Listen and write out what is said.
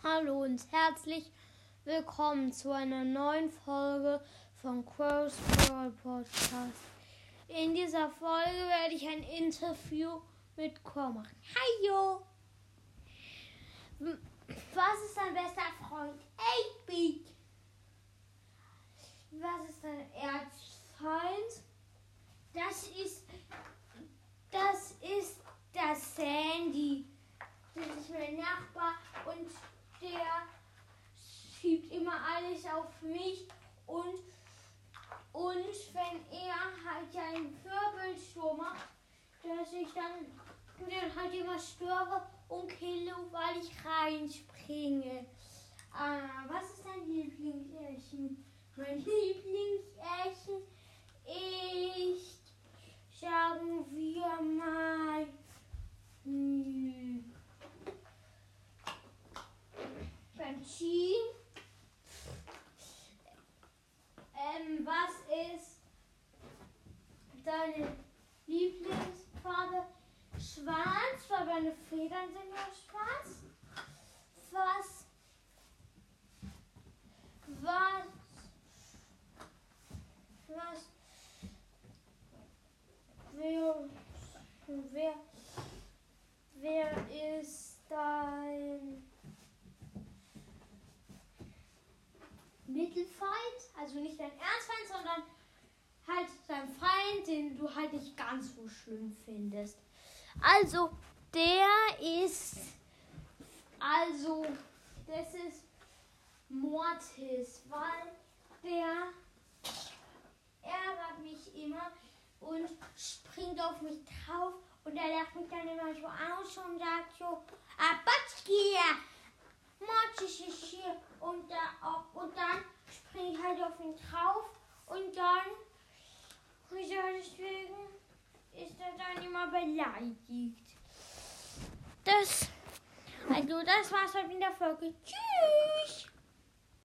Hallo und herzlich willkommen zu einer neuen Folge von Crow's Brawl Podcast. In dieser Folge werde ich ein Interview mit Crow machen. Hallo! Was ist dein bester Freund? 8-Bit. Was ist dein Erzfeind? Das ist der Sandy. Das ist mein Nachbar und der schiebt immer alles auf mich und wenn er halt einen Wirbelsturm macht, dass ich dann halt immer störe und kille, weil ich reinspringe. Was ist dein Lieblingsessen? Mein Lieblingsessen ist, sagen wir mal, Benzin. Was ist deine Lieblingsfarbe? Schwarz, weil meine Federn sind ja schwarz. Wer ist dein Mittelfeind? Also nicht dein Erzfeind, sondern halt dein Feind, den du halt nicht ganz so schlimm findest. Das ist Mortis, weil der ärgert mich immer und springt auf mich drauf und er lacht mich dann immer so aus und sagt so, Batschki, Mortis ist hier und dann springe ich halt auf ihn drauf und dann, deswegen ist er dann immer beleidigt. Das war's halt in der Folge. Tschüss!